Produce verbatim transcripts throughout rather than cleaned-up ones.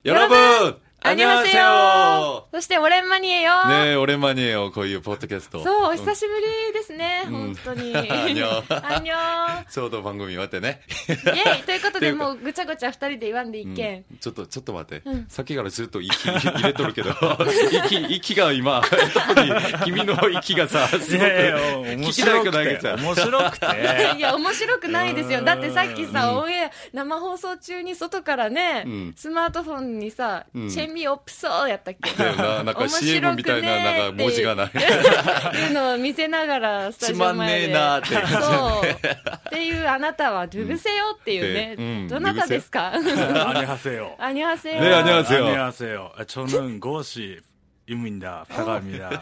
여러분 안녕하세요. そしてオレンマニエよ。 ねえ、オレンマニエよ、こういうポッドキャスト。 そう、お久しぶりですね、 うん、 本当に。 アンニョン。 アンニョン。 ちょうど番組終わってね。 イェイということで、もうぐちゃぐちゃ二人で言わんで一見、 うん、ちょっと、ちょっと待って。 うん、 さっきからずっと息入れとるけど、息、息が今、特に君の息がさ、すごく聞きたくないけど面白くて。 いや、面白くないですよ。だってさっきさ、オンエア、生放送中に外からね、うん、スマートフォンにさ、うん、チェミオプソーやったっけな, なんか シーエム みたいななんか文字がないいうのを見せながらスタジオ前でつまんねえなーってそうっていうあなたはドゥグセヨっていうね、うん、どなたですか？ アニハセヨアニハセヨねアニハセヨアニハセヨ저는 고시 입니다. 부탁합니다.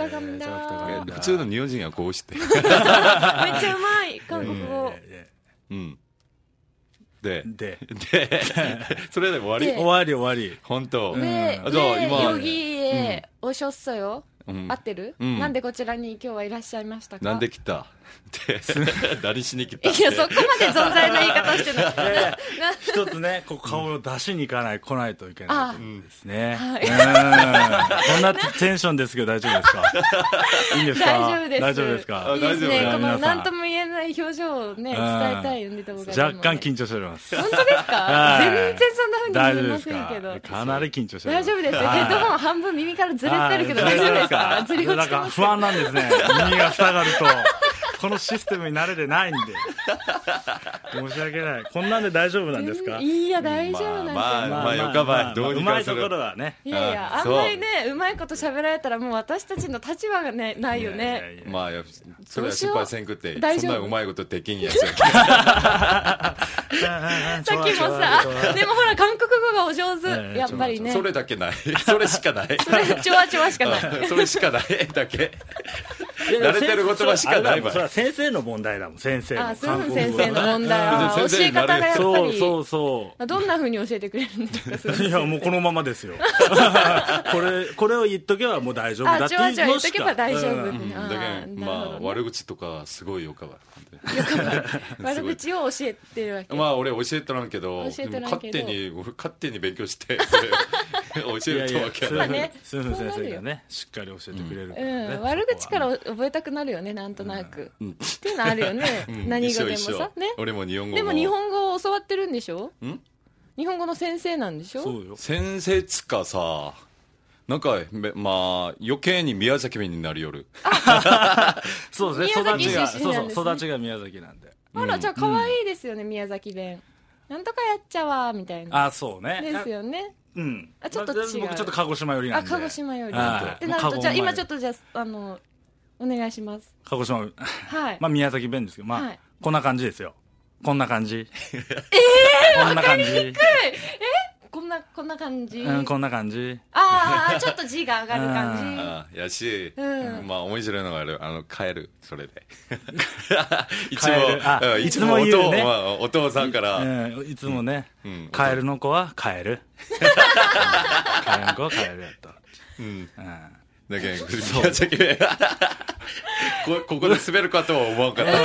부탁합니다. 普通の日本人はこうしてめっちゃうまい韓国語。 うんで、 で、 で、それで終わり終わり終わり。 本当。 네、 じゃあ今、 여기에 오셨어요? 음. 合ってる、 うん、 なんでこちらに今日はいらっしゃいましたか？ なんで来たって何しに来たって。 いや、そこまで存在の言い方してない。 一つね、こう顔を出しに行かない、来ないといけないということですね。 はい、 こんなテンションですけど大丈夫ですか？いいんですか？ 大丈夫です。 大丈夫ですか？ いいですね。この何とも言えない表情をね、伝えたいよね、 若干緊張しております。 本当ですか？全然そんな風に見えませんけど。 かなり緊張しております。 大丈夫です。ヘッドホン半分耳からずれてるけど大丈夫ですか？ずれ落ちてます。 なんか不安なんですね。耳が塞がると。このシステムに慣れてないんで申し訳ない。こんなんで大丈夫なんですか？ いや大丈夫なんですよ。 まあまあよかばい、どうにかする。 うまいところはね。 いやいや、あんまりねうまいこと喋られたらもう私たちの立場がねないよね。いやいやいや、 まあそれは失敗せんくってそんなうまいことできんやつやさっきもさ、でもほら韓国語がお上手、やっぱりね。 それだけない。それしかない。 それチョワチョワしかない。 それしかないだけ。慣れてる言葉しかないわ。 それは先生の問題だもん。先生の。 あ、スン先生の問題。教え方がやっぱり。 そうそうそう。 どんな風に教えてくれるんですか？ いやもうこのままですよ。これこれを言っとけばもう大丈夫だっていうのしか。 あ、チョワチョワ言っとけば大丈夫。だけどまあ悪口とかすごいよかば。 悪口を教えてるわけ。 まあ俺教えてらんけど、勝手に勝手に勉強して教えるわけやね。スンフン先生がねしっかり教えてくれるからね。 悪口から覚えたくなるよね、なんとなく。っていうのあるよね。何語でもさね。 俺も日本語。 でも日本語を教わってるんでしょ？日本語の先生なんでしょ？ そうよ。 先生つかさ。なんかまあ余計に宮崎弁になる夜。 そうですね。育ちがそうそう育ちが宮崎なんで。 あら、じゃあ可愛いですよね、宮崎弁。なんとかやっちゃわみたいな。 あ、そうね。 ですよね。 うん。 あ、ちょっと違う。 僕ちょっと鹿児島寄りなんで。 あ、鹿児島寄り。ってなると、じゃあ今ちょっとじゃああのお願いします。 鹿児島。 はい。 まあ宮崎弁ですけど、まあこんな感じですよ。こんな感じ。 ええ、 こんな感じ。 え？こんな、こんな感じ。 うん、こんな感じ。 ああ、ちょっと字が上がる感じ。 ああ、やし、 うん、 まあ面白いのがある。あの、帰る、それで。いつも、いつも言うね。 お父さんから。 いつもね、カエルの子は帰る。カエルの子は帰るやった。 うん。だけど、宮崎弁。ここで滑るかとは思わんかった。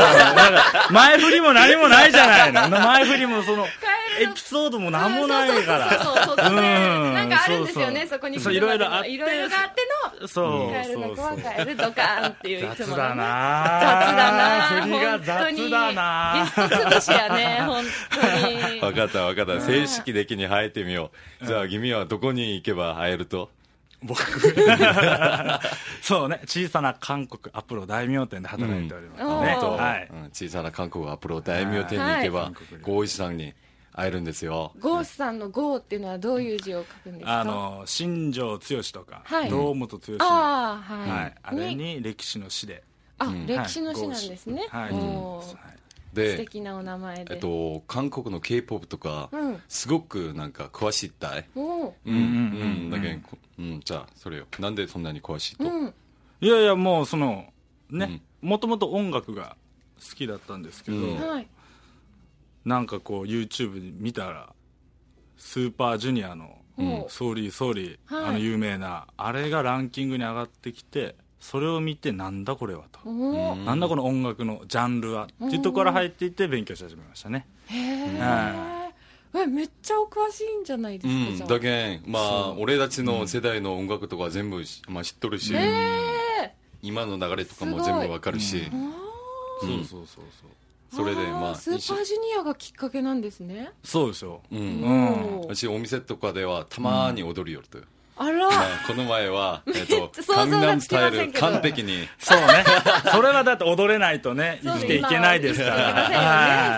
前振りも何もないじゃないの。前振りもその、エピソードも何もないから。 そうそうそうそう。なんかあるんですよね、そこに。 そう、いろいろあって。 いろいろがあっての、 そう。 カエルの子はカエルドカーンっていういつも。 雑だな雑だな振りが雑だなゲスト潰しやね、本当に。 わかったわかった。正式的に生えてみよう。じゃあ、君はどこに行けば会えると？ 僕そうね、小さな韓国アプロ大名店で働いておりますね、 うんはい、 うん、小さな韓国アプロ大名店に行けば、はい、ゴーイさんに会えるんですよ。 ゴーさんのゴーっていうのはどういう字を書くんですか？ あの新庄剛志とか、 はい、 堂本剛の、 あ、はいはい、あれに歴史の詩で、 あ、うん、歴史の詩なんですね、 はい、おー、 で素敵なお名前で、 えっと、韓国の K-ポップ とか、うん、すごくなんか詳しいったい。 おうんうんうんだけど、うん、じゃあそれよ、なんでそんなに詳しいと？うん、 いやいや、もうそのね、もともと音楽が好きだったんですけど、うん、なんかこう YouTube で見たらスーパージュニアの「ソーリーソーリー」あの有名なあれがランキングに上がってきて、それを見てなんだこれはと、なんだこの音楽のジャンルはっていうところから入っていって勉強し始めましたね。 へえ、 えめっちゃお詳しいんじゃないですか、 うん、 じゃあだけんまあ俺たちの世代の音楽とか全部、まあ、知っとるし、 え今の流れとかも全部わかるし、 ー、あそうそうそうそうそれでまあスーパージュニアがきっかけなんですね。 そうですよ、 うん、 うん、 私お店とかではたまに踊るよと、うん、 あら、 まあ、この前は、えっと、 想像がつきませんけどカンナムスタイル完璧にそうねそれはだって踊れないとね生きていけないですから、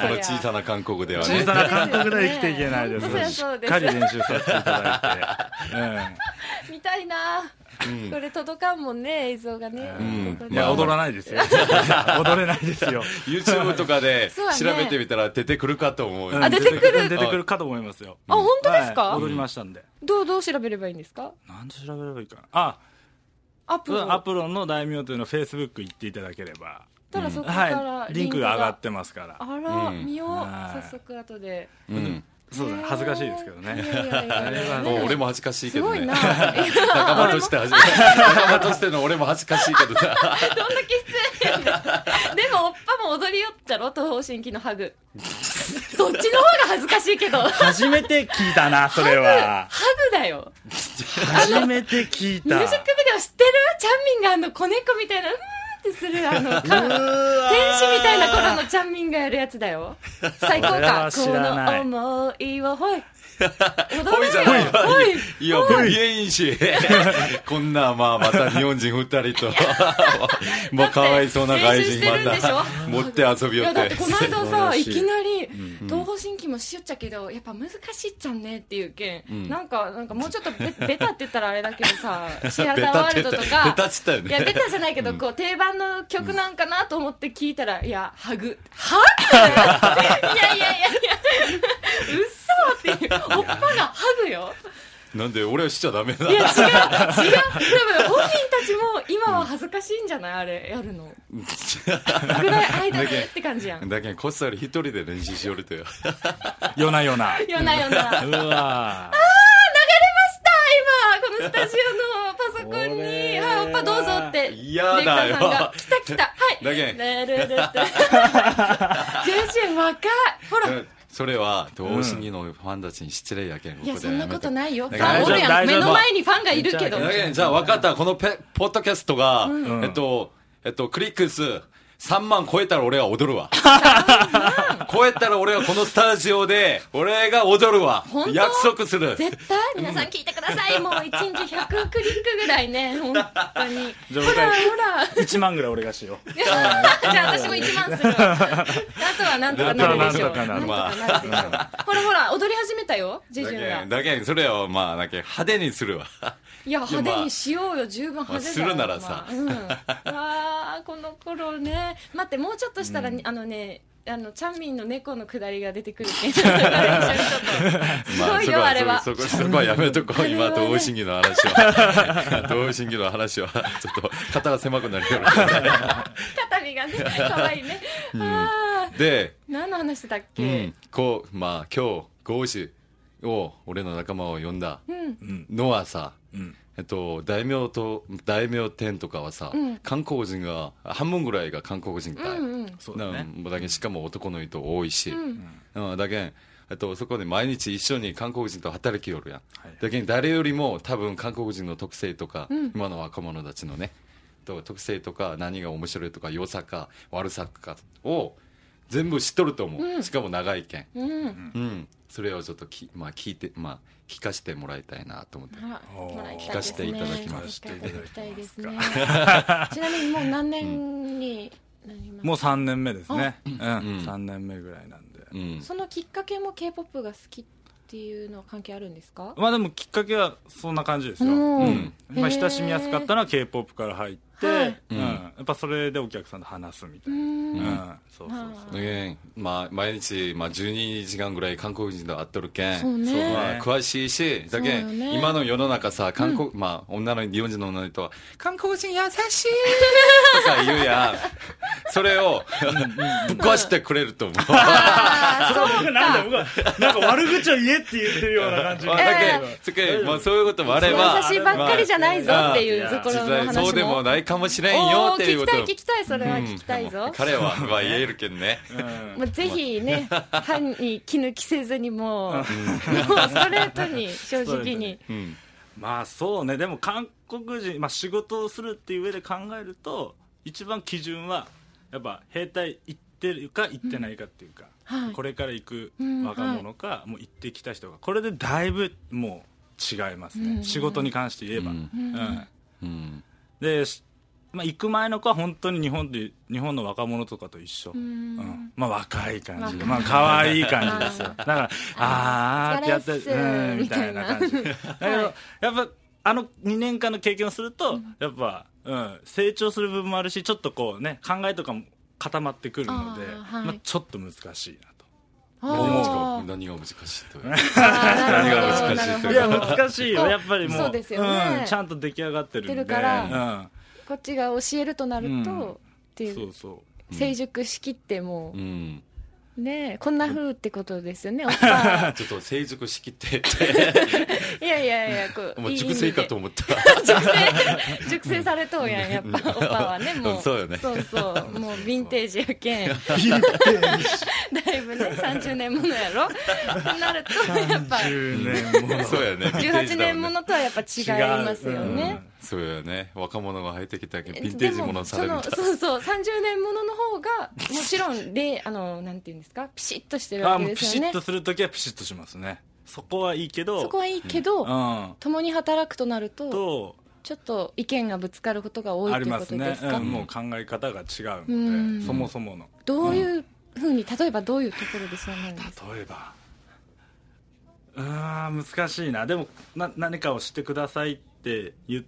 この小さな韓国ではね、小さな韓国では生きていけないです、しっかり練習させていただいて、 うん、見たいな、うん、これ届かんもんね映像がね、 うん、いや踊らないですよ踊れないですよ YouTube とかで調べてみたら出てくるかと思う、 ね、あ出てくる出てくるかと思いますよ、 あ本当ですか、 はい、踊りましたんで、 どうどう調べればいいんですか、 なんで調べればいいかな、あアプロン、アプロンの大名というのを Facebook 行っていただければ、 ただそこからはい、リンクが上がってますから、 あら、うん、見よう、早速後で、 うん、そうだね、恥ずかしいですけどね。 俺も恥ずかしいけどね。 すごいな。 仲間として仲間としての俺も恥ずかしいけどさ。 どんだけ失礼でもおっぱも踊りよっちゃろ、東方神起のハグ。そっちの方が恥ずかしいけど。 初めて聞いたな、それは。 ハグだよ。 初めて聞いた。 ミュージックビデオ知ってる？チャンミンがあの子猫みたいな、うーんってする、あの、天使みたいな頃のチャンミンがやるやつだよ。最高か。この思いを、ほい。 ほいじゃないよ。いや、もう言えんし。こんな、まあ、また日本人二人と、もうかわいそうな外人また、持って遊びよって。いや、 だってこの間さ、いきなり、東方神起もしよっちゃけど、やっぱ難しいっちゃんねっていうけん、なんか、なんかもうちょっとベベタって言ったらあれだけどさ、シアターワールドとか、 ベタっつったよね。 いや、ベタじゃないけど、こう、定番の曲なんかなと思って聞いたら、いや、ハグ。はっていやいやいやいや、嘘っていう、おっぱがハグよ。 なんで俺はしちゃダメな。 いや違う違う、多分本人たちも今は恥ずかしいんじゃない、あれやるのぐらい間でって感じやん。 だけどこっそり一人で練習しよるとよ。 夜な夜な夜な夜なうわー、あー流れました今このスタジオのパソコンに、はい、おっぱどうぞって嫌だよ。 来た来た、はいだけルルルってジェジェ若い、ほらそれは東方神起のファンたちに失礼やけん、 いやそんなことないよ。ファァンおるやん、目の前にファンがいるけど。 だけんじゃあ分かった、このペポッドキャストが、えっとえっとクリック数さんまん超えたら俺は踊るわ。超えたら俺はこのスタジオで俺が踊るわ。約束する。 絶対皆さん聞いてください。もういちにちひゃくクリックぐらいね、本当に。ほらほらいちまんぐらい俺がしよう。 じゃあ私もいちまんするわ。あとはなんとかなるでしょう。なんとかなるでしょう。ほらほら踊り始めたよ、ジェジュンが。 だけんそれをまあだけ派手にするわ。 いや派手にしようよ、十分派手だよ。 するならさ。 うん。わあこの頃ね、待ってもうちょっとしたらあのね。あのチャンミンの猫の下りが出てくるけんすごいよあれは。 そこそこはやめとこう。今東方神起の話は東方神起の話はちょっと肩が狭くなるよ。 肩身がね可愛いね。 で何の話してたっけ。 こうまあ今日ゴーシを俺の仲間を呼んだのはさ。えっと、大名と大名店とかはさ、うん、韓国人が半分ぐらいが韓国人かい、うんうん、そうだね、だけしかも男の人多いし、うんうん、だけえっとそこで毎日一緒に韓国人と働きよるやん、はい、だけ誰よりも多分韓国人の特性とか、うん、今の若者たちのねと特性とか何が面白いとか良さか悪さかを全部知っとると思う、うん、しかも長いけん、うんうん、それをちょっとき、まあ、聞いて、まあ、聞かせてもらいたいなと思って聞かせていただきました。 ちなみにもう何年になりますか。 もうさんねんめですね、うんうん、さんねんめぐらいなんで、 うん、そのきっかけも K-ポップ が好きっていうのは関係あるんですか。 まあでもきっかけはそんな感じですよ、うんまあ、親しみやすかったのは K-ポップ から入って、はいうん、やっぱそれでお客さんと話すみたいな、うんうん、そうそうそう、 ねまあ、毎日、まあ、じゅうにじかんぐらい韓国人と会っとるけんそう、ねまあ、詳しいしだけ、ね、今の世の中さ韓国、うんまあ、女の日本人の女の人は韓国人優しいとか言うやんそれをぶっ壊してくれると思う。 あそれなんだなんか悪口を言えって言ってるような感じ。 まあ、だけ、まあ、そういうこともあれば優しいばっかりじゃないぞっていうところの話も、 そうでもないかもしれんよっていうことを聞きたい聞きたい、それは聞きたいぞ、 うん、彼はは言えるけどね、 うん、もうぜひね歯に気抜きせずにもう、うん、もうストレートに正直に、 うん、まあそうね。でも韓国人、まあ、仕事をするっていう上で考えると一番基準はやっぱ兵隊行ってるか行ってないかっていうか、うんはい、これから行く若者か、うんはい、もう行ってきた人がこれでだいぶもう違いますね、うん、仕事に関して言えば、うんうんうん、で、まあ、行く前の子は本当に日本で日本の若者とかと一緒、うんうん、まあ若い感じで、まあ可愛い感じですよ。だからあーってやってうんみたいな感じだけど、はい、やっぱあのにねんかんの経験をすると、うん、やっぱ、うん、成長する部分もあるし、ちょっとこうね考えとかも固まってくるので、はい、まあ、ちょっと難しいなと。 何が、何が難しいと何が難しいといや難しいよやっぱりもう、 そうですよね、 うん、ちゃんと出来上がってるんでるから、うん、こっちが教えるとなると、うん、っていう、 そうそう、 成熟しきっても、うん、ね、こんな風ってことですよね。おっぱちょっと成熟しきっていやいやいや、こうもう熟成かと思った熟成熟成されとうやん、やっぱおっぱはね、もうそうよね、 そうそう、もうヴィンテージやけんヴィンテージだいぶねさんじゅうねんものやろとなるとやっぱさんじゅうねんものそうやね、 じゅうはちねんものとはやっぱ違いますよね。 そうやね、若者が入ってきたけどヴィンテージものされるんだ。 そうそうさんじゅうねんものの方がもちろん例あのなんていうんですか、ピシッとしてるわけですよね。 あ、もうピシッとするときはピシッとしますね。そこはいいけどそこはいいけど、うん、共に働くとなるととちょっと意見がぶつかることが多いということですか。ありますね、 うん、もう考え方が違うので、そもそものどういうふうに、例えばどういうところでそうなるんですか。 例えばうーん難しいな。でもな何かをしてくださいって言って、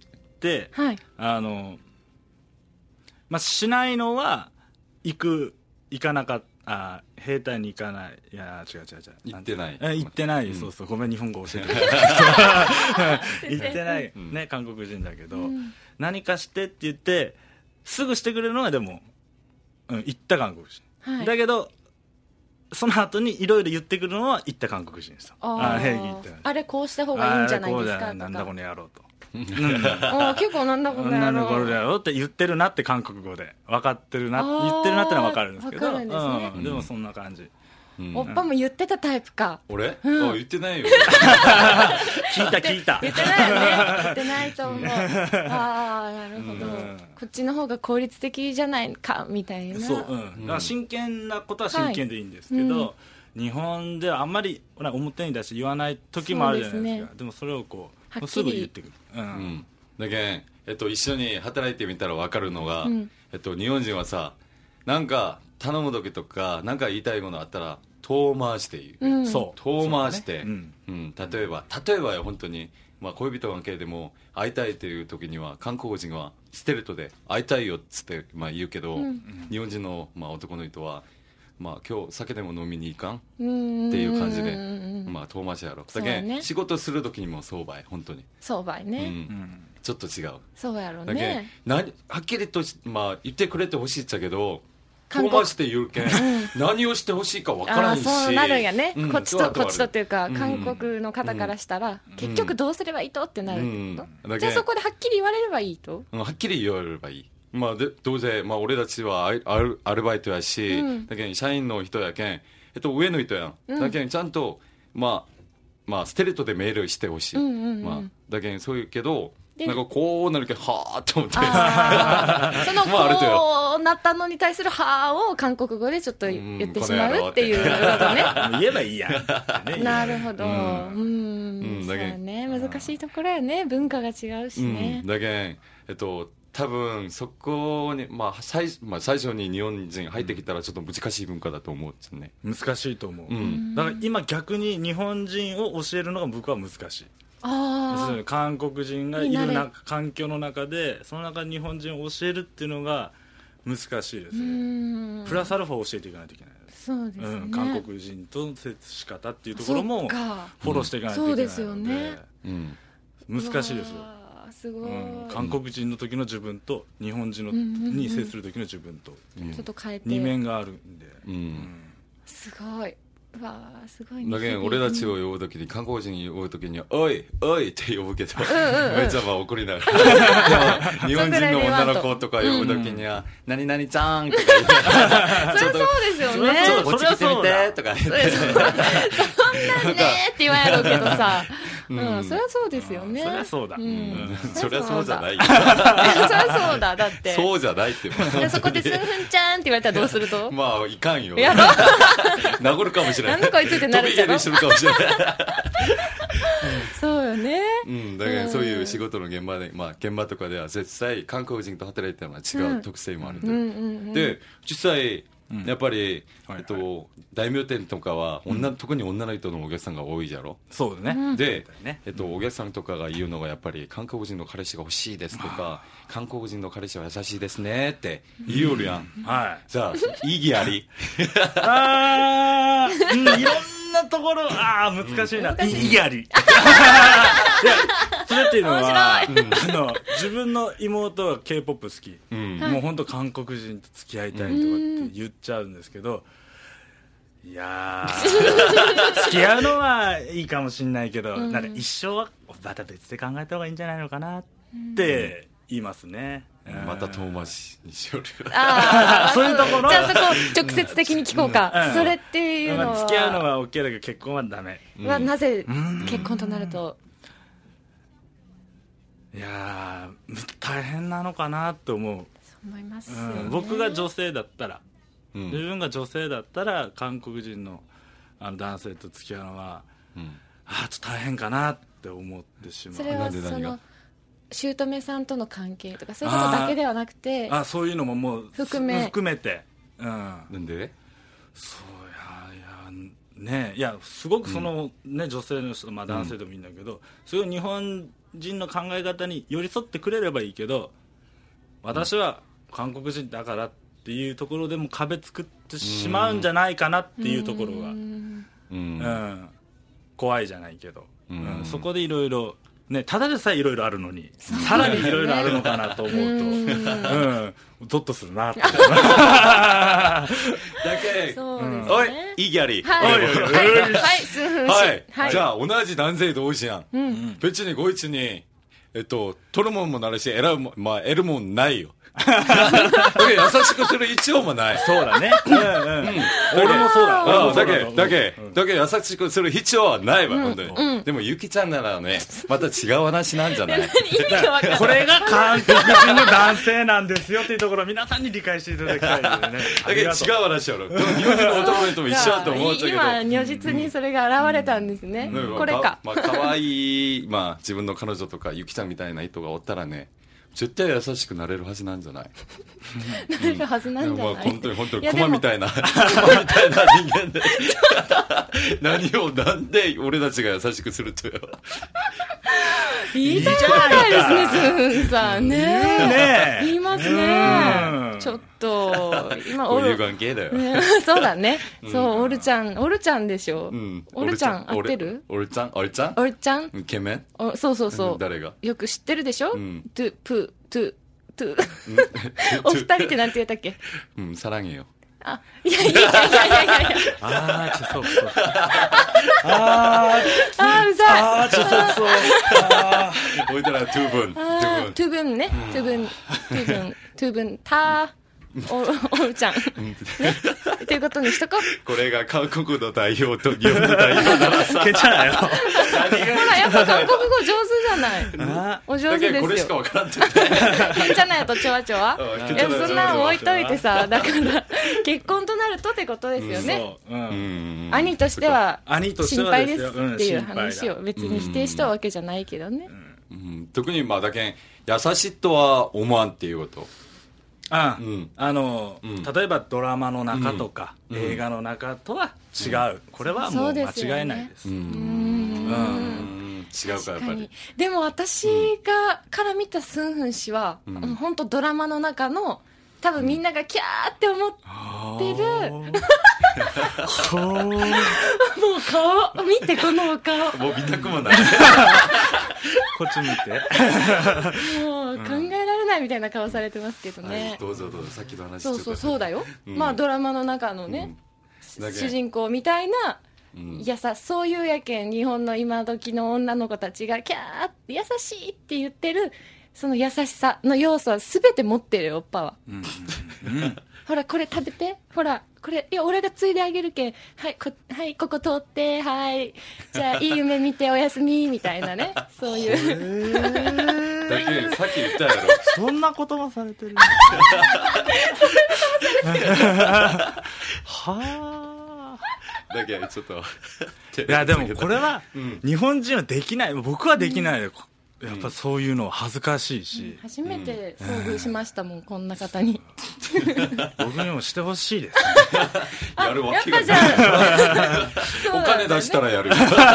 はい、あのまあ、しないのは行く行かなかった、あ、兵隊に行かない、いや違う違う違う、 行ってない、 え行ってない、うん、そうそう、ごめん日本語教えて行ってない、ね、韓国人だけど、うん、何かしてって言ってすぐしてくれるのがでも、うん、行った韓国人、はい、だけどその後にいろいろ言ってくるのは行った韓国人ですよ。あ、兵役行ってない、あれこうした方がいいんじゃないですかとか、 なんだこの野郎とうん、あ結構なんだこの野郎この野郎って言ってるなって韓国語で分かってるな、言ってるなってのは分かるんですけど、 分かるんですね、 うん、でもそんな感じ、 うん、おっぱも言ってたタイプか。 俺、うん、あ言ってないよ聞いた聞いた言ってないよね言ってないと思うああなるほど、うん、こっちの方が効率的じゃないかみたいな。 そう、うん、だから真剣なことは真剣でいいんですけど、はい、日本ではあんまり表に出して言わない時もあるじゃないですか。 で, す、ね、でもそれをこうすぐ言ってくる、うんうん、 だけん、えっと、一緒に働いてみたら分かるのが、うんえっと、日本人はさ、なんか頼む時とかなんか言いたいものあったら遠回して言う、うん、そう遠回して、ねうんうん、例えば例えばよ本当に、まあ、恋人関係でも会いたいっていう時には韓国人はステルトで会いたいよっつって、まあ、言うけど、うん、日本人の、まあ、男の人はまあ、今日酒でも飲みに行かんっていう感じで、まあ、遠回しやろ。だけ、ね、仕事する時にもそうばい本当にそうばいね、うん、 ちょっと違う。 そうやろうね。 だけ何はっきりと、まあ、言ってくれてほしいっちゃけど遠回して言うけん、うん、何をしてほしいか分からんし、 そうなるんやね、うん、こっちとこっちとっていうか、うん、韓国の方からしたら、うん、結局どうすればいいとってなると、うん、じゃあそこではっきり言われればいいと、 うん、はっきり言われればいい。まあ、でどうせ、まあ、俺たちはアル、アルバイトやし、うん、だけん社員の人やけん、えっと、上の人やん、うん、だけんちゃんと、まあまあ、ステレートでメールしてほしい、うんうんうんまあ、だけんそういうけどなんかこうなるけどはーって思ってそのこうなったのに対するはーを韓国語でちょっと言ってしまうっていうことね言えばいいやんなるほど、うんうん、そうね、難しいところやね、文化が違うしね、 うん、だけんえっと多分そこに、まあ 最, まあ、最初に日本人入ってきたらちょっと難しい文化だと思うんですね。 難しいと思う、うん、だから今逆に日本人を教えるのが僕は難しい。 あ韓国人がいるな環境の中でその中で日本人を教えるっていうのが難しいですね。プラスアルファを教えていかないといけない。 そうですね、うん、 韓国人との接し方っていうところもフォローしていかないといけないので、 そうですよね、 うん、難しいですよ。 すごい、 うん、韓国人の時の自分と日本人のに接する時の自分と、 うん、ちょっと変えて二面があるんで、 うんうん、 すごい。わあすごいね。 だけど俺たちを呼ぶときに韓国人呼ぶときにおいおいって呼ぶけど、うんうん、めっちゃまあ怒りながら日本人の女の子とか呼ぶときには、うん、何々ちゃんとか言ってそりゃそうですよね。 ちょっとこっち来てみてとか言って、 そんなんねって言わんやろうけどさ、うん、うん、そりゃそうですよね。 そりゃそうだ、うん、 そりゃそうじゃないよ。 そりゃそうだ。だってそうじゃないってそこでスンフンちゃんって言われたらどうするとまあいかんよ。殴るかもしれない。 なんでこいつってなるじゃん。 飛び蹴りするかもしれないそうよね。 うん、だからそういう仕事の現場で、まあ現場とかでは絶対韓国人と働いてるのは違う特性もあると、うん、で実際やっぱり、うん、えっと、はいはい、大名店とかは女、うん、特に女の人のお客さんが多いじゃろ。 そうだね。 で、ね、えっと、お客さんとかが言うのがやっぱり韓国人の彼氏が欲しいですとか韓国人の彼氏は優しいですねって言いよるやん、うん、はい。じゃあ意義ありあー、うん、いろんなところあー難しいな、うん、意義ありいやそれっていうのは、うん、あの自分の妹は K-ポップ 好き、うん、もう本当韓国人と付き合いたいとかって言っちゃうんですけど、いやー付き合うのはいいかもしれないけど、うん、なんか一生はまた別で考えた方がいいんじゃないのかなって言いますね、 うん、また遠回しにしよるあそういうところじゃあそこ直接的に聞こうか、うん、それっていうのは、まあ、 付き合うのは OK だけど結婚はダメ、 うん、なぜ結婚となると、 いや大変なのかなと思う。 そう思いますよね、 うん、僕が女性だったら、うん、自分が女性だったら韓国人 の, あの男性と付き合うのは、うん、あちょっと大変かなって思ってしまう。 それはその姑さんとの関係とかそういうことだけではなくて、 ああそういうのももう含 め, 含めて、うん、 なんでそうやいやねいやすごくその、うんね、女性の人、まあ、男性でもいいんだけど、うん、すごい日本人の考え方に寄り添ってくれればいいけど、私は韓国人だからっていうところでも壁作ってしまうんじゃないかなっていうところが、うんうん、怖いじゃないけど、うんうん、そこでいろいろね、ただでさえいろいろあるのに、さらにいろいろあるのかなと思うと、うん、ゾッとするなってだけ、うん、おいいいギャリー、 はいはいはいはい、じゃあ同じ男性同士やん、うん、別にこいつにえっと取るもんもなるし得るもん、まあ、得るもんないよ優しくする必要もない。 そうだね、うんうん、俺もそうだ、 うん、だけだけ、うん、だけ優しくする必要はないわ、うん、本当に、うん、でもゆきちゃんならねまた違う話なんじゃないこれが韓国人の男性なんですよっていうところを皆さんに理解していただきたいのでねだけど違う話やろ日本人の男の人も一緒だと思うんだけど今如実にそれが現れたんですね、うん、これかまあ可愛いまあ自分の彼女とかゆきちゃんみたいな人がおったらね絶対優しくなれるはずなんじゃないなれるはずなんじゃない、うん、 本当に本当にコマみたいなコマみたいな人間で何をなんで俺たちが優しくするとよ言いたくないですねスンさんねね言いますねちょっと今こういう関係だよ、 ね、そうだね、うん、そうオルちゃんオルちゃんでしょ、うん、オルちゃん合ってるオルちゃんオルちゃんオルちゃんイケメンおそうそうそう誰がよく知ってるでしょ、うん、トゥプトゥトゥお二人ってなんて言ったっけうんサラゲよあいやいやいやいやいやいやあーちょそうそうあーあーうざいあーちょそうそう置いたらトゥーブントゥーブンねトゥーブントゥーブントゥーブンタおおるちゃん、ね、っていうことにしとこう。 これが韓国の代表と日本の代表ならさけちゃうよほらやっぱ韓国語上手じゃないお上手ですよこれしか分からんってけちゃないよとちょわちょわいやそんなの置いといてさだから結婚となるとってことですよね、うんうん、兄としては心配ですっていう話を別に否定したわけじゃないけどね、 うんうん、特にまあだけん優しいとは思わんっていうことああ、うん、あの、うん、例えばドラマの中とか、うん、映画の中とは違う、うん、これはもう間違いないです。うーん、うん、 違うからやっぱり。 でも私がから見たスンフン氏は、うん、本当ドラマの中の多分みんながキャーって思ってる、うん、もう顔見てこの顔もう見たくもないここっち見てもう考えられないみたいな顔されてますけどね、 はい、どうぞどうぞ、さっきの話。 そうそうそうだよ、うん、まあドラマの中のね、うん、主人公みたいな、うん、いやさ、そういうやけん日本の今時の女の子たちがキャーって優しいって言ってるその優しさの要素は全て持ってるよ、おっぱは、うんうん、ほらこれ食べて、ほらこれ、いや俺がついであげるけん、はいこ、はい、ここ通って、はいじゃあいい夢見ておやすみみたいなね、そういうだけさっき言ったやろそんなこともされてるはあだけどちょっといやでもこれは日本人はできない、僕はできない、うん、やっぱそういうの恥ずかしいし、うん、 初めて遭遇しましたもん、うん、こんな方に僕にもしてほしいですやるわけがないお金出したらやる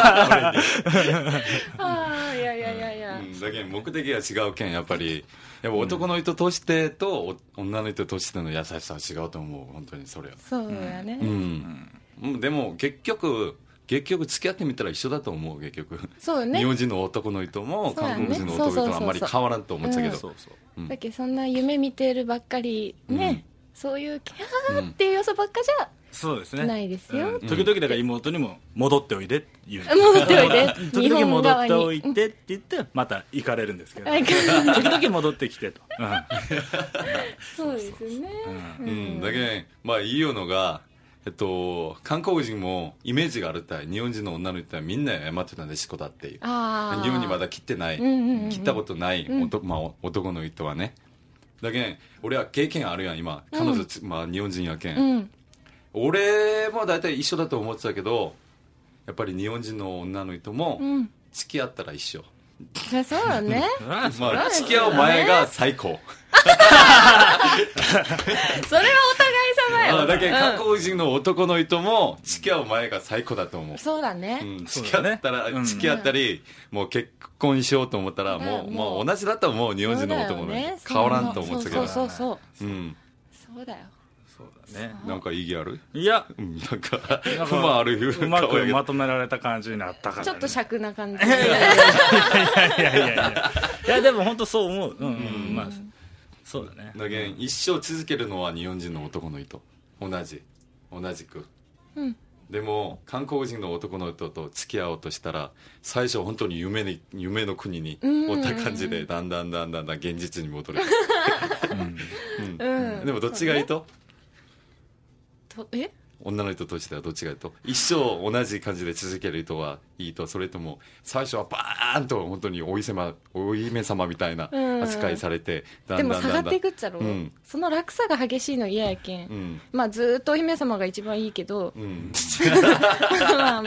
あいやいやいやいや、 うん、だけど目的が違うけん、やっぱりやっぱ男の人としてと、うん、女の人としての優しさは違うと思う、本当にそれは。 そうやね、 うんうん、でも結局結局付き合ってみたら一緒だと思う、結局そう、ね、 日本人の男の人も韓国人の男の人はあんまり変わらんと思ってたけど、 だけどそんな夢見てるばっかりね、うん、そういうキャーっていう要素ばっかじゃ、 そうですね、 ないですよ、 うん、時々だから妹にも戻っておいでって言う、 戻っておいで時々戻っておいでって言ってまた行かれるんですけど時々戻ってきてと、うん、 そうですね、 うんうん、だけどまあいいのが、えっと、韓国人もイメージがあるたい、日本人の女の人はみんな謝ってたんでしこだっていう、あ日本にまだ切ってない、うんうんうん、切ったことない、うん、まあ、男の人はね、だけど俺は経験あるやん今、彼女、うんまあ、日本人やけん、うん、俺も大体一緒だと思ってたけど、やっぱり日本人の女の人も付き合ったら一緒、 うん、そうだねまあ、付き合う前が最高それはお互い様や、 あだけど韓国人の男の人も付き合う前が最高だと思う、 そうだね、 うん、付き合ったら、ね、付き合ったり、うん、もう結婚しようと思ったら、うん、もう、もう同じだったらもう日本人の男の人、ね、変わらんと思ってたけど、 そうそうそうそう、 うん、 そうだよ、 そうだね、 なんか意義ある？ いや、 うん、なんか不満あるうまくまとめられた感じになったから、ね、 ちょっと尺な感じいやいやいやいやいやいやいやでも本当そう思う、うん、うん、まあそうだね、 だけど一生続けるのは日本人の男の人、同じ同じく、うん、でも韓国人の男の人と付き合おうとしたら最初本当に夢に夢の国におった感じでだんだんだんだんだん現実に戻る、うんうん、でもどっちがいいと、 とえ女の人としてはどっちがいいと、一生同じ感じで続ける人はいいと、それとも最初はバーンと本当にお姫お姫様みたいな扱いされて、 うん、だんだんだんだんでも下がっていくっちゃろ、うん、その落差が激しいの嫌やけん、うん、まあずっとお姫様が一番いいけど、うんまあうん、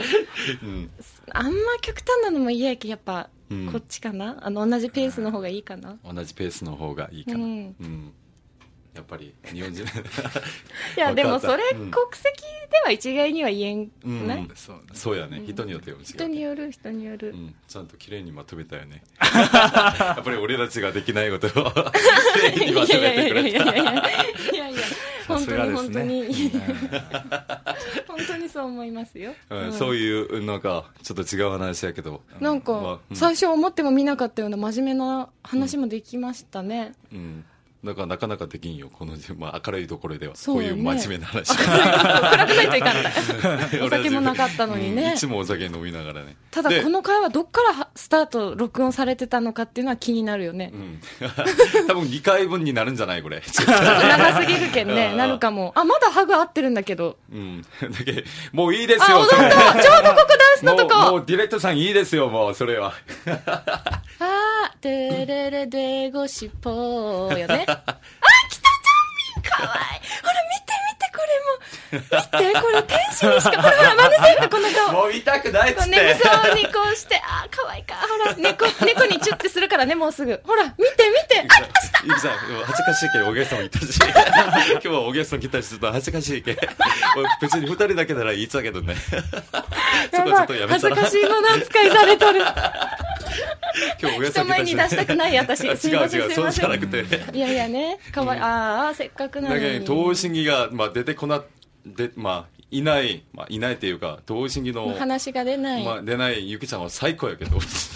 あんま極端なのも嫌やけん、やっぱこっちかな、あの同じペースの方がいいかな、 同じペースの方がいいかな、うんうんやっぱり日本人いやでもそれ国籍では一概には言えんない、うんうん、 そう, そうやね、うん、人によっては違う、 人による人による、 うん、ちゃんと綺麗にまとめたよねやっぱり俺たちができないことを綺麗にまとめてくれたいやいやいやいやいやいや本当に本当に、ね、本当にそう思いますよ、 うん、そういうなんかちょっと違う話やけど、 なんか、まあうん、最初思っても見なかったような真面目な話もできましたね、 うん、うんだからなかなかできんよこの、まあ、明るいところではこういう真面目な話暗くないといかんお酒もなかったのにね、 うん、いつもお酒飲みながらね、 ただこの会話どっからスタート録音されてたのかっていうのは気になるよね、うん、 多分にかいぶんになるんじゃないこれちょっと長すぎるけんねなるかも、あまだハグ合ってるんだけど、 うん、だけもういいですよ、 あ踊ったちょうどここダンスのとこもう、もうディレクターさんいいですよもうそれはあーてれれでごしっぽーよねあ、来たゾンビかわいい、ほら見て見てこれも見てこれ天使にしかほらほら真似せるこの顔もう見たくないっつって眠そうにこうしてあーかわいいかほら猫猫にチュッてするからねもうすぐほら見て見てあっしたゆきさん恥ずかしいけどおゲストもいたし今日はおゲスト来たしちょっと恥ずかしいけ別にふたりだけならいいっつだけどねそこはちょっとやめたら恥ずかしいもの扱いされとる今日お人前に出したくない私すいません違う違うそうじゃなくていやいやねかわいい、うん、ああせっかくなのにだけど東進儀が、まあ、出てこなで、まあ、いない、まあ、いないっていうか東進儀の話が出ない、 まあ、出ないゆきちゃんは最高やけど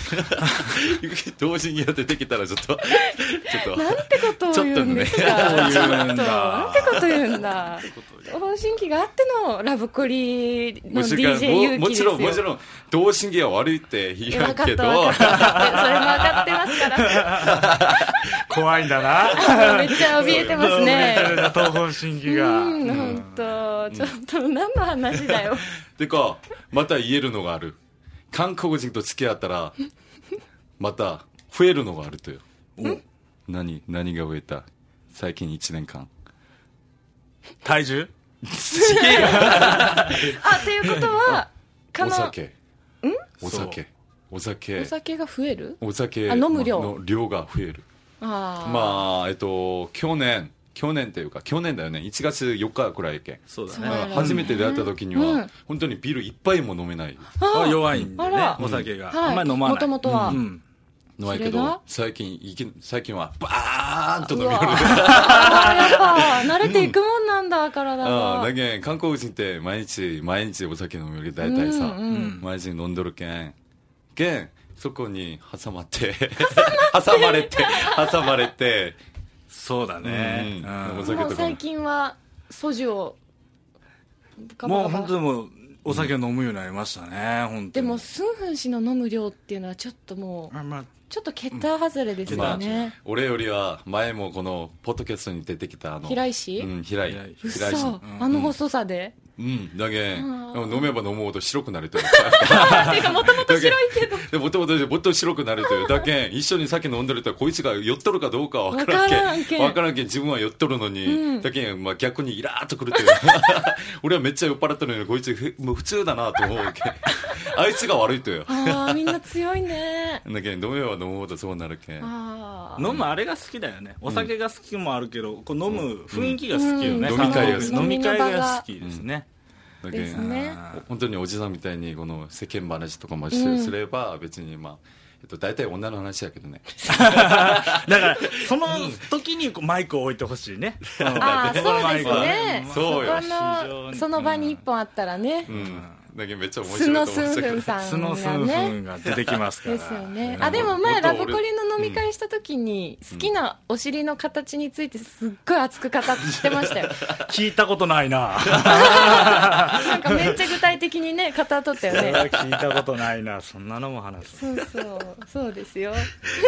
同時にやってできたらちょっとちょっとなんてことを言うんですか。ちょっとなんてこと言うんだ。同心機があってのラブコリの ディージェー 勇気もですよ。 ちろんもちろん同心機は悪いって言うけど、 分かった分かったそれも分かってますから怖いんだな。 めっちゃ怯えてますね。 東方神起が。 うん、本当、ちょっと何の話だよ。 てかまた言えるのがある。韓国人と付き合ったらまた増えるのがあるとよ。何何が増えた？最近いちねんかん。 体重？ あ、っていうことはお酒。ん？お酒。お酒。 お酒が増える？ お酒あ、飲む量の量が増える。 あまあえっと去年去年っていうか去年だよね。いちがつよっかくらいやけん。 そうだね。 初めて出会った時には、うん、本当にビール一杯も飲めない。 あ弱いんでね、お酒が、うん、あんまり飲まない。 もともとは。うんうん飲まないけど最近最近はバーンと飲みよる。 やっぱ慣れていくもんなんだ、体が。 あだけん韓国人って毎日毎日お酒飲みよる大体さ、うんうん、毎日飲んどるけんけんそこに挟まって挟まれて挟まれてそうだね、 うんうん、お酒とかもう最近はソジュをガバガバもう本当にもうお酒を飲むようになりましたね、うん、本当に。 でもスンフン氏の飲む量っていうのはちょっともう、まあ、ちょっと桁外れですよね、まあ、 俺よりは前もこのポッドキャストに出てきたあの平石、 うん、平井平井氏、うん、あの細さで、 うん、だけん飲めば飲むほど白くなるというてかもともと白いけどもともともっと白くなるというだけん一緒に酒飲んでるとこいつが酔っとるかどうかは分からんけん分からんけん自分は酔っとるのに、うん、だけん、まあ、逆にイラーっとくるという俺はめっちゃ酔っ払ってるのにこいつもう普通だなと思うけんあいつが悪いとよ。 あみんな強いね。 だけん飲めば飲むほどそうなるけんあ飲むあれが好きだよね。お酒が好きもあるけど、うん、こう飲む雰囲気が好きよね、 うん、飲み会が好き飲み会が好きですね、 うんですね、本当におじさんみたいにこの世間話とかもすれば別にまあ、えっと、大体女の話やけどねだからその時にマイクを置いてほしいねあそうですねそうよそ, その場に一本あったらね、うんだけめっちゃ面白いと思うんですけどスノスンフンが出てきますからですよね。あでも前ラブコリの飲み会した時に好きなお尻の形についてすっごい熱く語ってましたよ聞いたことないななんかめっちゃ具体的にね語っとったよね聞いたことないなそんなのも話すそうそうそうですよ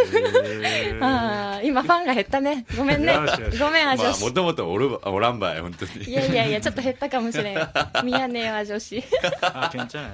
あ今ファンが減ったねごめんねごめんあ女子もともとおらんばい本当にいやいやいやちょっと減ったかもしれんみやねあ女子あけんちゃんや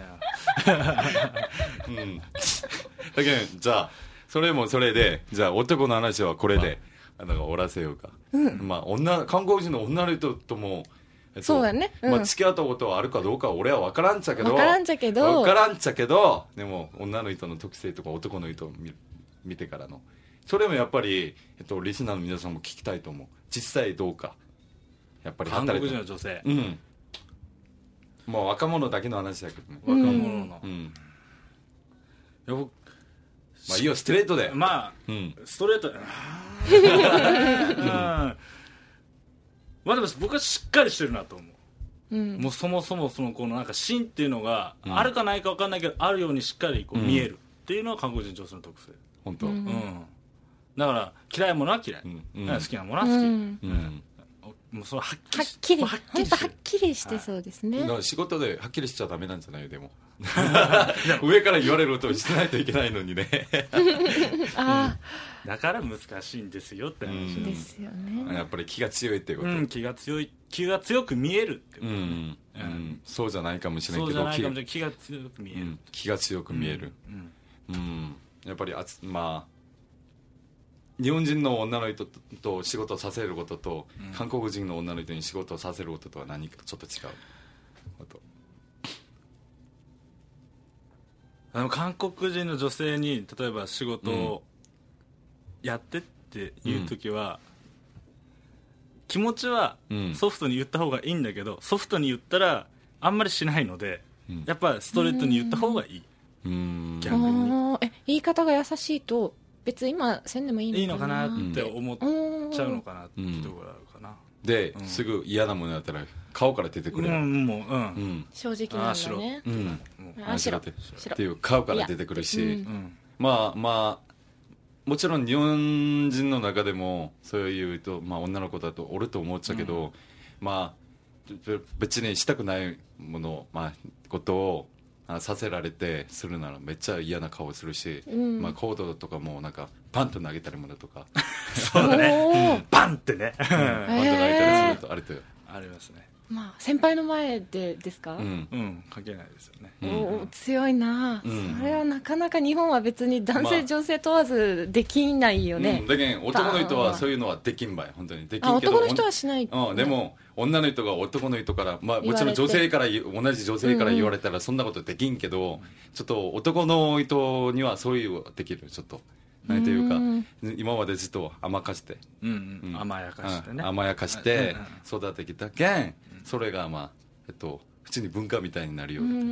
うんだけどじゃあそれもそれでじゃあ男の話はこれでなんか終わらせようか、うん、まあ女韓国人の女の人とも、 えっと、そうだね、うん、 まあ、付き合ったことはあるかどうかは俺は分からんちゃけど分からんちゃけど分からんちゃけどでも女の人の特性とか男の人を 見, 見てからのそれもやっぱり、えっと、リスナーの皆さんも聞きたいと思う。実際どうかやっぱり韓国人の女性うんまあ若者だけの話だけどね。 若者の、うん、いや僕まあいいよストレートでまあ、うん、ストレートでうんまあでも僕はしっかりしてるなと思う、うん、もうそもそもそのこのなんか芯っていうのがあるかないか分かんないけど、うん、あるようにしっかりこう見えるっていうのは韓国人女性の特性。 本当、うん、 だから嫌いなものは嫌い、うん、好きなものは好き、うんうんもうそれはっきりはっきりはっきりはっきりしてそうですね、 はい、仕事ではっきりしちゃダメなんじゃないよでも上から言われることをしないといけないのにねあ、 うん、だから難しいんですよって話、うん、 ですよね。 やっぱり気が強いっていうこと、 うん、気が強い気が強く見えるってこと、うんうんうん、そうじゃないかもしれないけどそうじゃないかもしれない気が強く見える、うん、 気が強く見える、うんうん、やっぱりあつまあ日本人の女の人と仕事をさせることと、うん、韓国人の女の人に仕事をさせることとは何かちょっと違うこと。 あの韓国人の女性に例えば仕事をやってっていう時は、うん、気持ちはソフトに言った方がいいんだけど、ソフトに言ったらあんまりしないので、うん、やっぱストレートに言った方がいい。 うん、 逆にえ言い方が優しいと別に今せんでもいいのかな、 いいのかなって思っちゃうのかなっていうところあるかな、 うん、で、うん、すぐ嫌なものだったら顔から出てくれる、 うんもううんうん、 正直なんだね、 うん、あしろっていう顔から出てくるし、うん、 まあまあもちろん日本人の中でもそういうと、まあ、女の子だとおると思っちゃうけど、うん、まあ別にしたくないもの、まあ、ことをさせられてするならめっちゃ嫌な顔するし、うん、まあ、コードとかもなんかパンと投げたりものとかそうだね、パンってね、 うん、パンと投げたりするとあれとよ、 ありますね。 まあ、先輩の前でですか？ うん、うん、関係ないですよね。 うん、お強いな、うん、それはなかなか日本は別に男性、まあ、女性問わずできないよね、 うん、だけど男の人はそういうのはできんばい、本当にできんけど、 男の人はしない、 うん、でも女の人が男の人から、まあ、もちろん女性から同じ女性から言われたらそんなことできんけど、うんうん、ちょっと男の人にはそういうできる、ちょっと何ていうか、今までずっと甘かして、 うんうん、甘やかしてね、 うん、甘やかして育ててきたけん、それがまあえっと普通に文化みたいになるように、うん、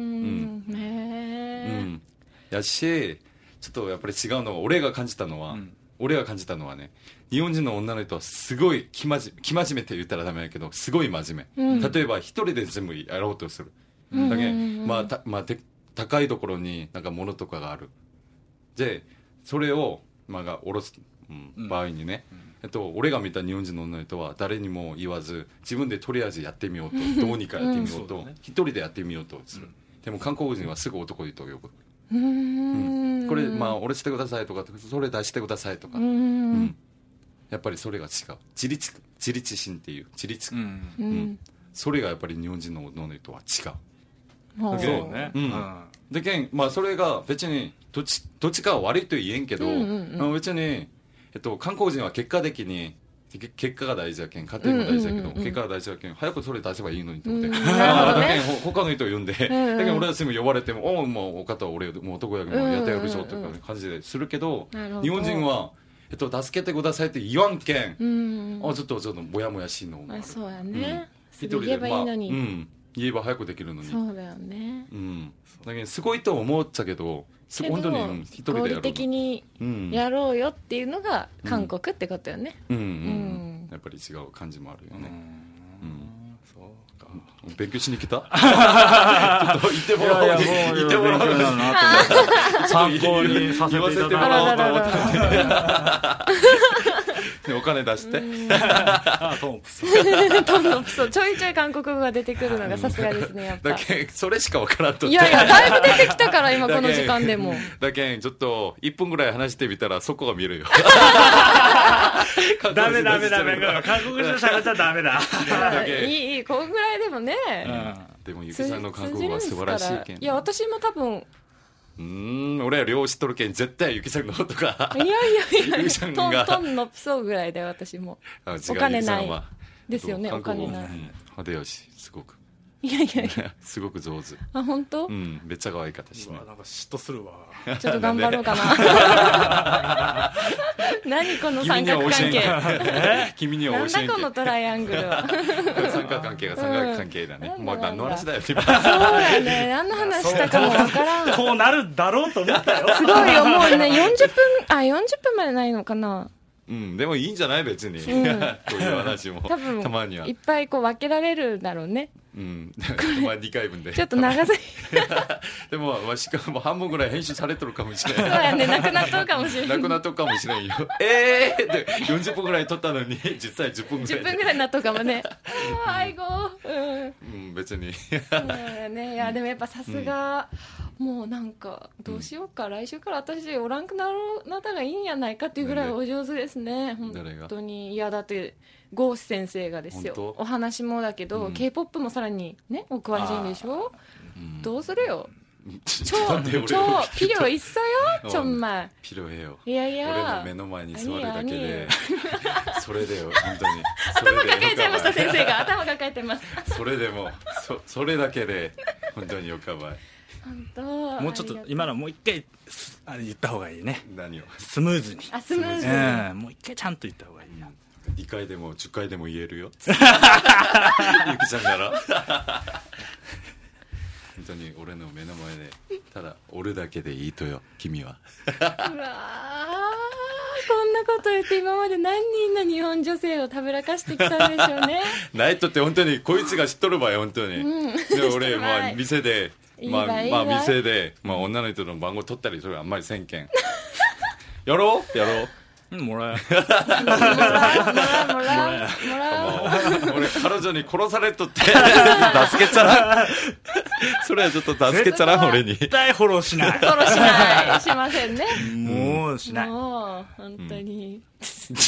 へー、うん、やしちょっとやっぱり違うのは俺が感じたのは、うん、俺が感じたのはね、日本人の女の人はすごい生真面目って言ったらダメだけどすごい真面目、うん、例えば一人で全部やろうとする、うん、だけど、まあたまあ、高いところになんか物とかがあるでそれを、まあ、が下ろす、うん、場合にね、うん、えっと、俺が見た日本人の女の人は誰にも言わず自分でとりあえずやってみようとどうにかやってみようと、うん、一人でやってみようとする、うん、でも韓国人はすぐ男の人を呼ぶ、うん、これ、まあ、俺してくださいとかそれ出してくださいとか、うんうん、やっぱりそれが違う、自立自立心っていう自立、うんうん、それがやっぱり日本人の女の人は違う、 そうね、うん、 でけん、まあ、それが別にどっち、どっちかは悪いと言えんけど、うんうんうん、別に、えっと、韓国人は結果的に結果が大事だけん、家庭も大事だけど、うんうんうん、結果が大事だけん早くそれ出せばいいのにと思って、うん、だけん他の人を呼んで、うんうん、だけん俺たちも呼ばれてもおもうお方は俺もう男やけどやってやるでしょという感じでするけど、うんうんうん、日本人は、えっと、助けてくださいって言わんけん、うんうん、あちょっとちょっとぼやもやしいのもある、 そうやね、 うん、一人で言えばいいのに、 まあ、うん、言えば早くできるのに、 そうだよね、 うん、だけどすごいと思っちゃけど本当に、うん、一人でやる合理的にやろうよっていうのが韓国ってことよね、 うんうんうんうん、やっぱり違う感じもあるよね、うんうん、そうか、勉強しに来たちょっと言ってもらおう言ってもらおうなと思って参考にさせていただこうと思ってお金出してトンプソトンのプソちょいちょい韓国語が出てくるのがさすがですね、やっぱだけそれしか分からんとって、 いやいやだいぶ出てきたから今この時間でもだけんちょっといっぷんぐらい話してみたらそこが見るよダメダメダメ韓国人しゃべっちゃダメだいいいいこんぐらいでもね、 うん、でもゆきさんの韓国語は素晴らしいけん、 いや私も多分うーん俺は両知っとるけん絶対ゆきさんのことかいやいやいやトントンのプソぐらいで私もお金ないですよね、お金ない、 うん、でよしすごくいやいやいやすごく上手、 あ本当、 うん、めっちゃ可愛い方して、ね、 なんか嫉妬するわちょっと頑張ろうかな何この三角関係君には教えんけなんだこのトライアングルは三角関係が三角関係だね、うん、もう何の話だよそうだね、何の話したかもわからんこうなるだろうと思ったよすごいよ、もうねよんじゅっぷんあよんじゅっぷんまでないのかな、 うん、でもいいんじゃない別に、うん、こういう話も多分たまにはいっぱいこう分けられるだろうね、 うん、まあにかいぶんでちょっと長すぎでも、まあ、しかも半分ぐらい編集されてるかもしれないそうやね、なくなっとるかもしれないなくなっとるかもしれんよえーってよんじゅっぷんぐらい撮ったのに実際じゅっぷんぐらいじゅっぷんぐらいになっとるかもねああ愛語うん、 うん、別にそうやね、いやでもやっぱさすが、うん、もうなんかどうしようか、うん、来週から私おらんくなるなったがいいんやないかっていうぐらいお上手ですね、本当に。いやだってゴース先生がですよ、お話もだけど、うん、K-ポップ もさらにねお詳しいんでしょ、うん、どうするよ超超ピリオいっそよちょんまいピリオえよ、 いやいや俺の目の前に座るだけでそれでよ本当に頭抱えちゃいました先生が頭抱えてますそれでも そ, それだけで本当によかばい本当もうちょっと今のもう一回あれ言った方がいいね、 何をスムーズにあスムーズに、 うん、もう一回ちゃんと言った方がいい、 うん、にかいでもじゅっかいでも言えるよゆきちゃんなら本当に俺の目の前でただおるだけでいいとよ君はうわこんなこと言って今まで何人の日本女性をたぶらかしてきたんでしょうねないとって本当にこいつが知っとる場合本当に、うん、で俺、まあ、店でまあ、まあ店で、まあ、女の人の番号取ったりそれはあんまりせんけんやろうやろうもらえもらうもらうもらうもらう俺彼女に殺されとって助けちゃらそれはちょっと助けちゃら俺に絶対フォローしないフォローしないしませんねもうしないもう本当に、うん、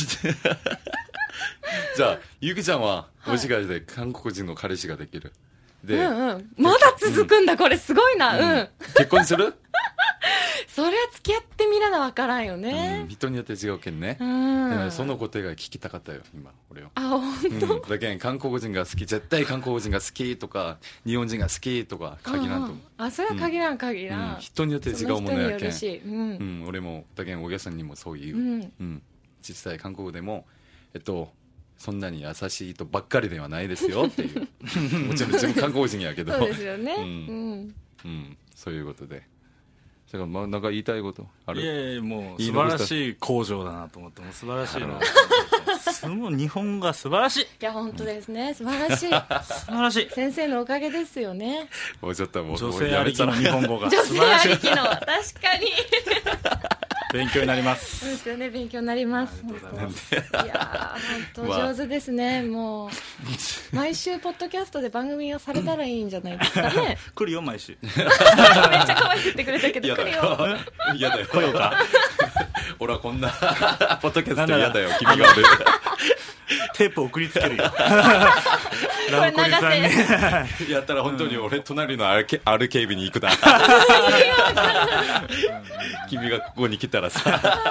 じゃあゆきちゃんはもしかして韓国人の彼氏ができるで、 うんうん、まだ続くんだ、うん、これすごいな、うんうん、 結婚するそりゃ付き合ってみらなわからんよね、 うん、人によって違うけんね、 うん、 でもその答えが聞きたかったよ今俺は。 あ本当、 うん、だけん韓国人が好き絶対韓国人が好きとか日本人が好きとか限らんと思う。 あそれは限らん限らん、 うん、人によって違うものやけん、 うんうん、 俺もだけんお客さんにもそう言う、 うんうん、実際韓国でもえっとそんなに優しいとばっかりではないですよっていうもちろん自分韓国人やけどそうですよね、 うんうんうん、そういうことでだからまあなんか言いたいことある？ いやいやもう素晴らしい工場だなと思っても素晴らしいなその日本が素晴らしい。いや本当ですね、素晴らしい素晴らしい先生のおかげですよね。 もうちょっともう女性ありきの日本語が女性ありきの確かに勉強になります。 そうですよね、勉強になります。いや本当上手ですね、まあ、もう毎週ポッドキャストで番組をされたらいいんじゃないですかね来るよ毎週めっちゃ可愛く言ってくれたけど来るよ嫌だよ来ようか俺はこんなポッドキャスト嫌だよ君がおるテープ送りつけるよラブコリさんにやったら本当に俺隣のアルケ、アルケービに行くな君がここに来たらさ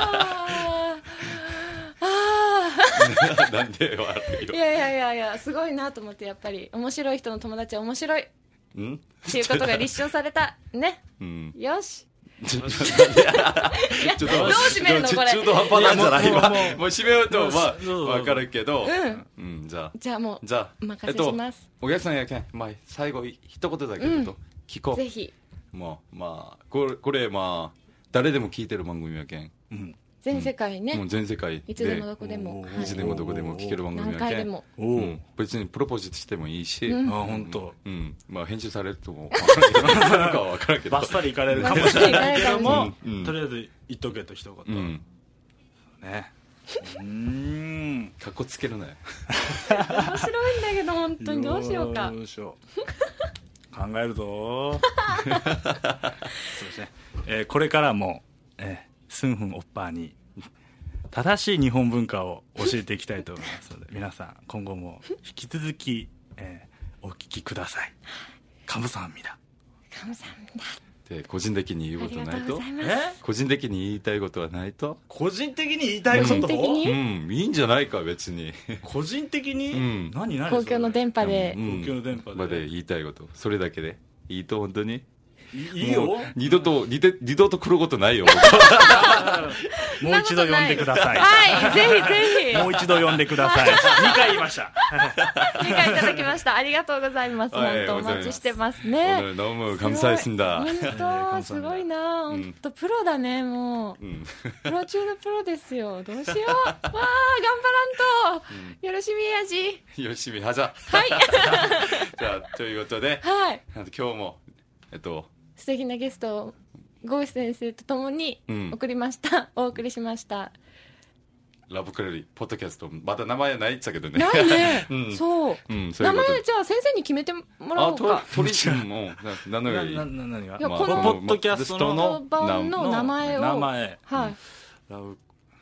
なんで笑うよ。 いやいやいやいやすごいなと思って、やっぱり面白い人の友達は面白いんっていうことが立証されたね、うん、よしちょっとどう締めるのこれ中途半端なんじゃない今もう締めようとまあ分かるけど、うんうん、じゃあじゃあもうじゃあお任せします、 えっと、お客さんやけん、まあ、最後一言だけど、うん、聞こうぜひ。 もうまあこれ、これまあ誰でも聞いてる番組やけん、うん、 全世界ね、 うん、もう全世界でいつでもどこでもいつでもどこでも聞ける番組やけん、 何回でも、 うん、別にプロポーズしてもいいし、 うん、あ本当、 うん、まあ編集されるとも分からんかは分からんけどバッサリいかれるかもしれないけども、うん、とりあえず言っとけと一言、うん、ねうーんかっこつけるなよ面白いんだけど本当にどうしようかどうしよう考えるぞそうですね、えー、これからも、えー、スンフンオッパーに正しい日本文化を教えていきたいと思いますので皆さん今後も引き続き、えー、お聞きください。カムサンミダカムサンミダで個人的に言うことないとえ個人的に言いたいことはないと個人的に言いたいこと、うん、 うんいいんじゃないか別に個人的に、うん、何何公共の電波で、 うん、 公共の電波で、 まで言いたいことそれだけでいいと本当にいいよ二度と二度と来ることないよもう一度呼んでくださいはいぜひぜひもう一度呼んでくださいにかい言いましたにかいいただきましたありがとうございます本当お待ちしてますね 오늘 너무 감사했습니다 本当すごいな本当プロだねもう、うん、プロ中のプロですよどうしようわあ頑張らんと、うん、よろしみやじよろしみはじゃはいじゃあということで、 はい、 今日もえっと素敵なゲストをゴーシ先生とともに送りました、うん、お送りしましたラブクレリポッドキャストまだ名前ないっちゃけどねないね、うん、そう、うん、そういう名前じゃあ先生に決めてもらおうかあ鳥氏も何のよりなな何が、 まあ、 このポッドキャストの版の名前を名前はい、うん、 ラブ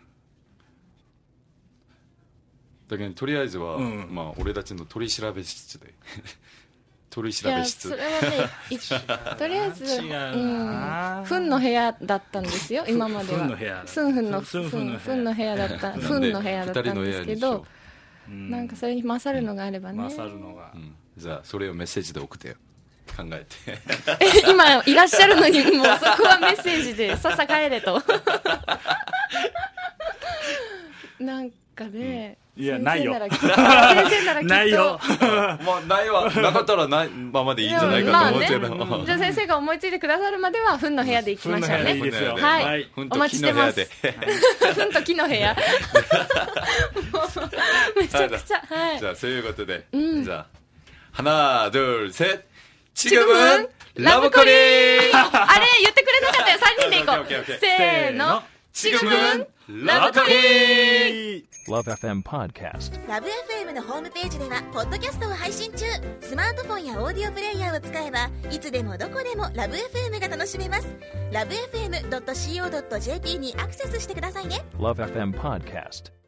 だけどとりあえずは、うん、まあ俺たちの取り調べ室で取り調べ室いやそれはねとりあえずフンの部屋だったんですよ今まではフンの部屋スンフンのフンの部屋だったフンの部屋だったんですけどなんかそれに勝るのがあればね勝るのが、うん、 じゃあそれをメッセージで送ってよ考えて今いらっしゃるのにもうそこはメッセージでさっさ帰れとなんかね、 うん、いやないよ先生ならきっとないよまあないわなかったらないままでいいんじゃないかと思うけど、 まあね、じゃあ先生が思いついてくださるまではフンの部屋で行きましょうね。 いいですよはい、はい、お待ちしてますフンと木の部屋めちゃくちゃ、はい、 じゃあそういうことで、 うん、 じゃあ하나 둘 셋 지금은ラブコリあれ言ってくれなかったよさんにんで行こうせーの 지금은 러브카페 러브에프엠 Podcast。 ラブ エフエム のホームページではポッドキャストを配信中。スマートフォンやオーディオプレイヤーを使えばいつでもどこでもラブ エフエム が楽しめます。ラブ エフエムドットシーオードットジェーピー にアクセスしてくださいね。 ラブエフエム Podcast。